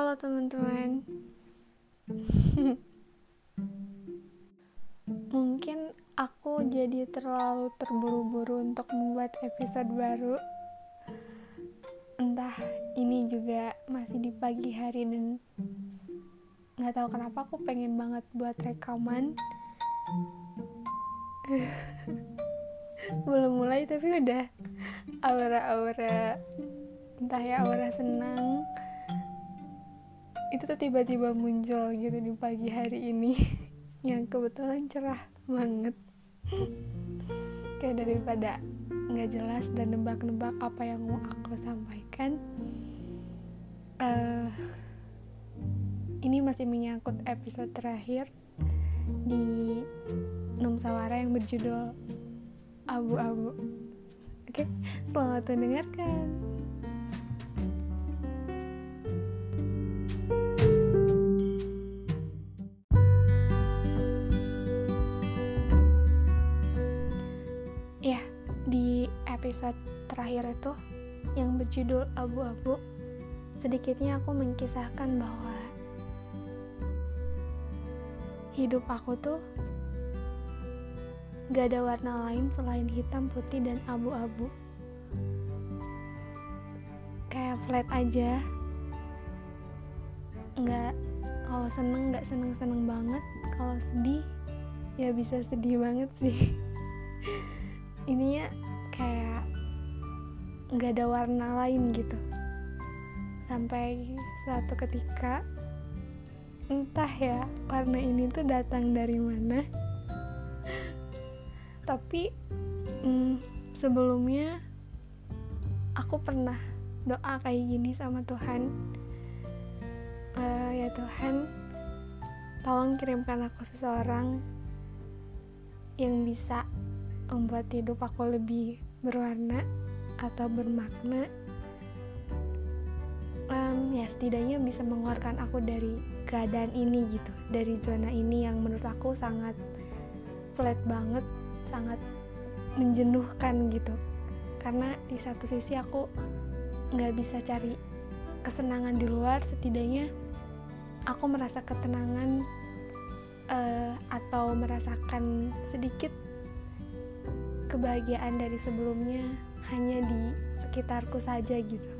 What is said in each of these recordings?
Halo teman-teman. Mungkin aku jadi terlalu terburu-buru untuk membuat episode baru. Entah ini juga masih di pagi hari dan gak tahu kenapa aku pengen banget buat rekaman. Belum mulai tapi udah aura-aura, entah ya, aura senang itu tuh tiba-tiba muncul gitu di pagi hari ini yang kebetulan cerah banget. Kayak daripada nggak jelas dan nebak-nebak apa yang mau aku sampaikan, ini masih menyangkut episode terakhir di Numsawara yang berjudul Abu-Abu. Oke, selamat mendengarkan. Ya, di episode terakhir itu yang berjudul Abu-Abu, sedikitnya aku mengkisahkan bahwa hidup aku tuh gak ada warna lain selain hitam, putih, dan abu-abu. Kayak flat aja. Kalau seneng gak seneng-seneng banget, kalau sedih ya bisa sedih banget sih. Ininya kayak gak ada warna lain gitu. Sampai suatu ketika, entah ya warna ini tuh datang dari mana. Tapi sebelumnya aku pernah doa kayak gini sama Tuhan. Ya Tuhan, tolong kirimkan aku seseorang yang bisa membuat hidup aku lebih berwarna atau bermakna. Ya setidaknya bisa mengeluarkan aku dari keadaan ini gitu, dari zona ini yang menurut aku sangat flat banget, sangat menjenuhkan gitu. Karena di satu sisi aku gak bisa cari kesenangan di luar, setidaknya aku merasa ketenangan atau merasakan sedikit kebahagiaan dari sebelumnya hanya di sekitarku saja gitu.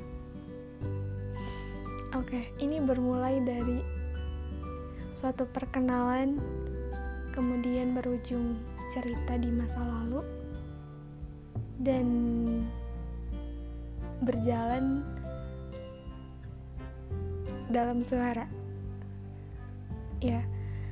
Oke, ini bermulai dari suatu perkenalan, kemudian berujung cerita di masa lalu, dan berjalan dalam suara. Ya,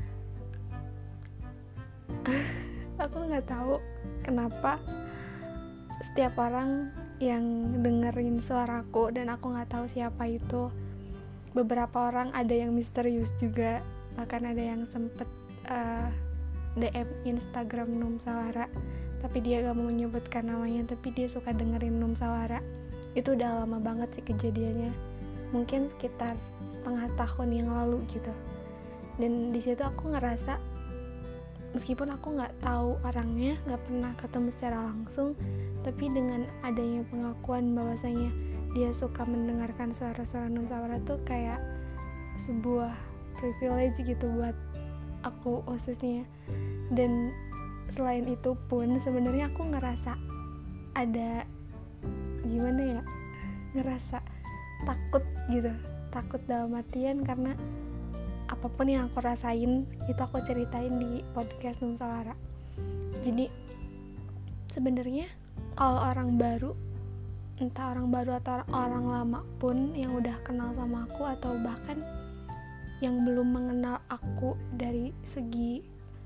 aku nggak tahu kenapa setiap orang yang dengerin suaraku, dan aku nggak tahu siapa itu. Beberapa orang ada yang misterius juga, bahkan ada yang sempet DM Instagram Numsawara, tapi dia gak mau menyebutkan namanya, tapi dia suka dengerin Numsawara. Itu udah lama banget sih kejadiannya, mungkin sekitar setengah tahun yang lalu gitu. Dan di situ aku ngerasa, meskipun aku nggak tahu orangnya, nggak pernah ketemu secara langsung, tapi dengan adanya pengakuan bahwasanya dia suka mendengarkan suara-suara Numsawara tuh kayak sebuah privilege gitu buat aku khususnya. Dan selain itu pun sebenarnya aku ngerasa ada gimana ya, ngerasa takut gitu, takut dalam artian karena apapun yang aku rasain itu aku ceritain di podcast Numsawara. Jadi sebenarnya kalau orang baru, entah orang baru atau orang lama pun yang udah kenal sama aku, atau bahkan yang belum mengenal aku dari segi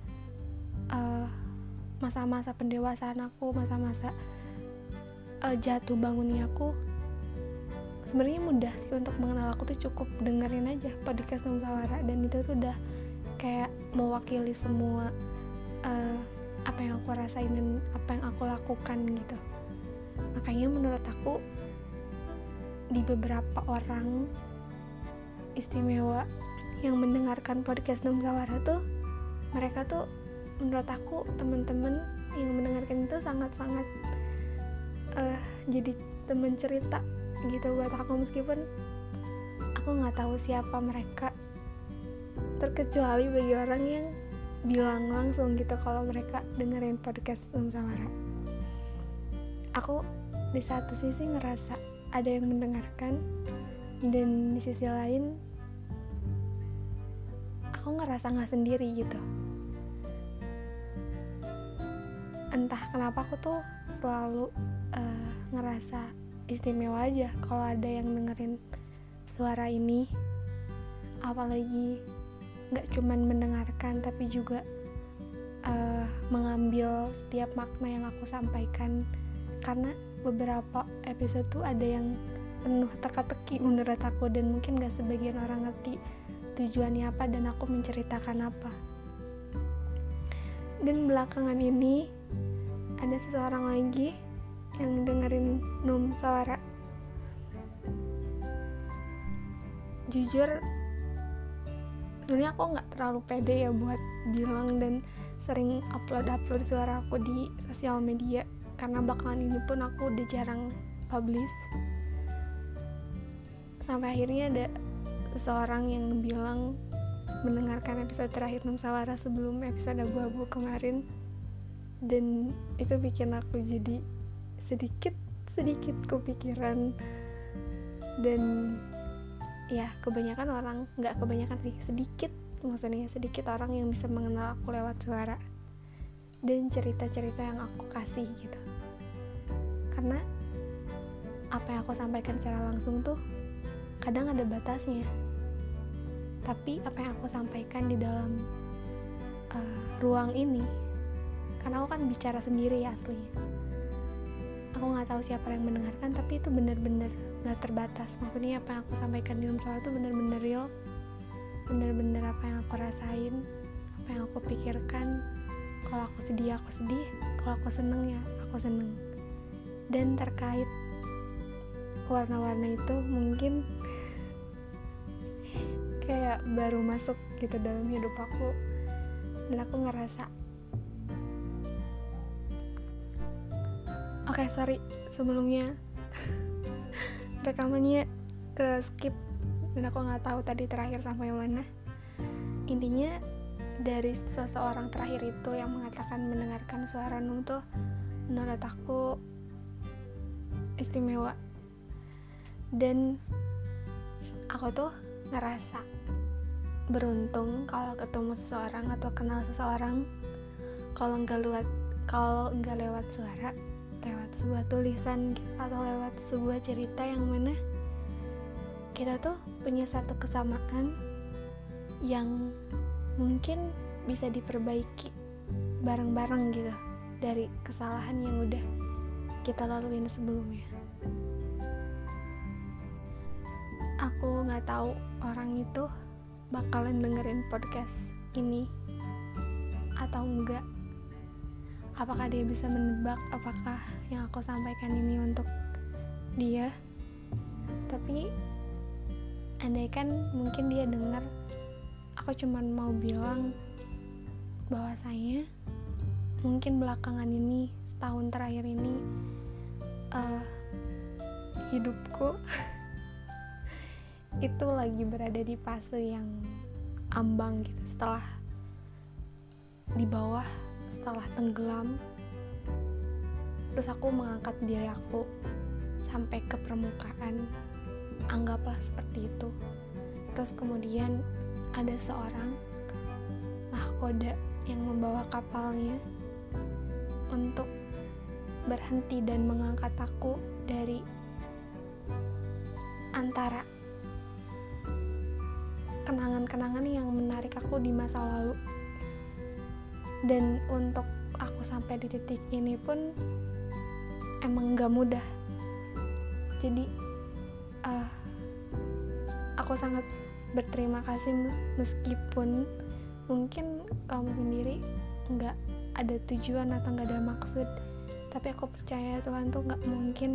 masa-masa pendewasaan aku, masa-masa jatuh bangunnya aku, sebenarnya mudah sih untuk mengenal aku tuh cukup dengerin aja podcast Numsawara, dan itu tuh udah kayak mewakili semua apa yang aku rasain dan apa yang aku lakukan gitu. Makanya menurut aku di beberapa orang istimewa yang mendengarkan podcast Numsawara tuh, mereka tuh menurut aku teman-teman yang mendengarkan itu sangat-sangat jadi teman cerita gitu buat aku, meskipun aku nggak tahu siapa mereka, terkecuali bagi orang yang bilang langsung gitu kalau mereka dengerin podcast Nusawara. Aku di satu sisi ngerasa ada yang mendengarkan, dan di sisi lain aku ngerasa nggak sendiri gitu. Entah kenapa aku tuh selalu ngerasa istimewa aja kalau ada yang dengerin suara ini, apalagi nggak cuman mendengarkan tapi juga mengambil setiap makna yang aku sampaikan. Karena beberapa episode tuh ada yang penuh teka-teki menurut aku, dan mungkin gak sebagian orang ngerti tujuannya apa dan aku menceritakan apa. Dan belakangan ini ada seseorang lagi yang dengerin Nusawara. Jujur sebenarnya aku gak terlalu pede ya buat bilang dan sering upload suara aku di sosial media, karena belakangan ini pun aku udah jarang publish. Sampai akhirnya ada seseorang yang bilang mendengarkan episode terakhir Nusawara sebelum episode abu-abu kemarin, dan itu bikin aku jadi sedikit kepikiran. Dan ya kebanyakan orang, nggak kebanyakan sih, sedikit orang yang bisa mengenal aku lewat suara dan cerita-cerita yang aku kasih gitu. Karena apa yang aku sampaikan secara langsung tuh kadang ada batasnya, tapi apa yang aku sampaikan di dalam ruang ini, karena aku kan bicara sendiri ya aslinya, aku nggak tahu siapa yang mendengarkan, tapi itu benar-benar nggak terbatas. Maksudnya apa yang aku sampaikan di dalam suara itu benar-benar real, benar-benar apa yang aku rasain, apa yang aku pikirkan. Kalau aku sedih, kalau aku seneng ya aku seneng. Dan terkait warna-warna itu mungkin kayak baru masuk gitu dalam hidup aku, dan aku ngerasa sorry sebelumnya rekamannya ke skip dan aku nggak tahu tadi terakhir sampai mana. Intinya dari seseorang terakhir itu yang mengatakan mendengarkan suara Nung tuh menurut aku istimewa, dan aku tuh ngerasa beruntung kalau ketemu seseorang atau kenal seseorang, kalau nggak lewat suara, lewat sebuah tulisan atau lewat sebuah cerita yang mana kita tuh punya satu kesamaan yang mungkin bisa diperbaiki bareng-bareng gitu dari kesalahan yang udah kita laluin sebelumnya. Aku nggak tahu orang itu bakalan dengerin podcast ini atau enggak. Apakah dia bisa menebak apakah yang aku sampaikan ini untuk dia? Tapi andaikan mungkin dia dengar, aku cuman mau bilang bahwasanya mungkin belakangan ini, setahun terakhir ini, hidupku itu lagi berada di fase yang ambang gitu, setelah di bawah, setelah tenggelam, terus aku mengangkat diri aku sampai ke permukaan, anggaplah seperti itu. Terus kemudian ada seorang mahkoda yang membawa kapalnya untuk berhenti dan mengangkat aku dari antara kenangan-kenangan yang menarik aku di masa lalu. Dan untuk aku sampai di titik ini pun emang gak mudah. Jadi aku sangat berterima kasih, meskipun mungkin kamu sendiri gak ada tujuan atau gak ada maksud, tapi aku percaya Tuhan tuh gak mungkin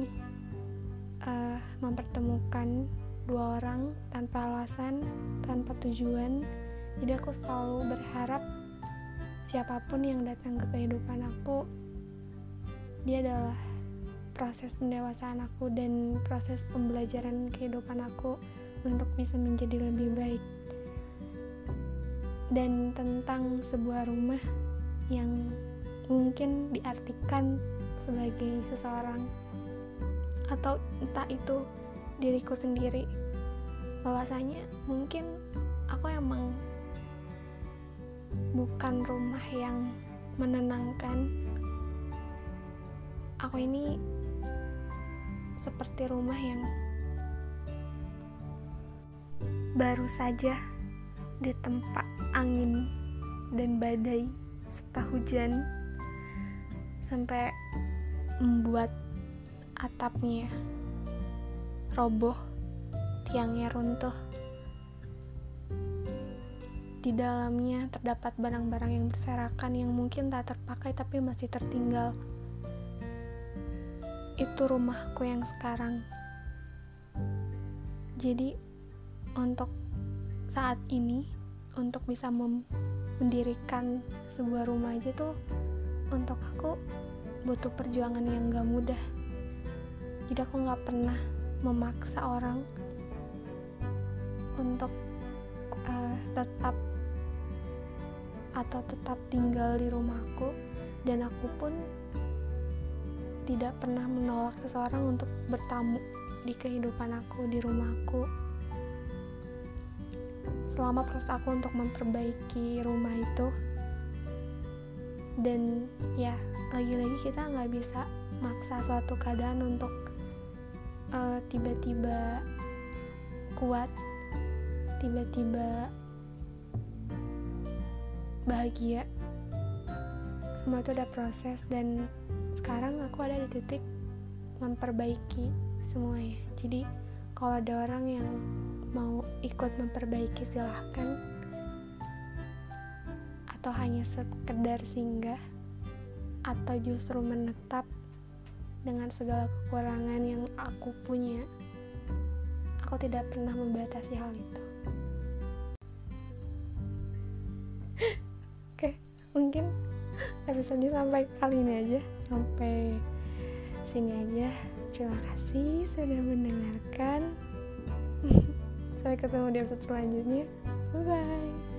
mempertemukan dua orang tanpa alasan, tanpa tujuan. Jadi aku selalu berharap siapapun yang datang ke kehidupan aku, dia adalah proses pendewasaan aku dan proses pembelajaran kehidupan aku untuk bisa menjadi lebih baik. Dan tentang sebuah rumah yang mungkin diartikan sebagai seseorang atau entah itu diriku sendiri, bahwasanya mungkin aku emang bukan rumah yang menenangkan. Aku ini seperti rumah yang baru saja ditempa angin dan badai serta hujan sampai membuat atapnya roboh, tiangnya runtuh. Di dalamnya terdapat barang-barang yang berserakan yang mungkin tak terpakai tapi masih tertinggal. Itu rumahku yang sekarang. Jadi untuk saat ini, untuk bisa mendirikan sebuah rumah aja tuh untuk aku butuh perjuangan yang gak mudah. Jadi aku gak pernah memaksa orang untuk tetap tinggal di rumahku, dan aku pun tidak pernah menolak seseorang untuk bertamu di kehidupan aku, di rumahku. Selama proses aku untuk memperbaiki rumah itu, dan ya lagi-lagi kita nggak bisa maksa suatu keadaan untuk tiba-tiba kuat, tiba-tiba bahagia. Semua itu ada proses, dan sekarang aku ada di titik memperbaiki semuanya. Jadi kalau ada orang yang mau ikut memperbaiki silahkan, atau hanya sekedar singgah, atau justru menetap dengan segala kekurangan yang aku punya, aku tidak pernah membatasi hal itu. Oke, mungkin episode sampai kali ini aja, sampai sini aja. Terima kasih sudah mendengarkan. Sampai ketemu di episode selanjutnya. Bye bye.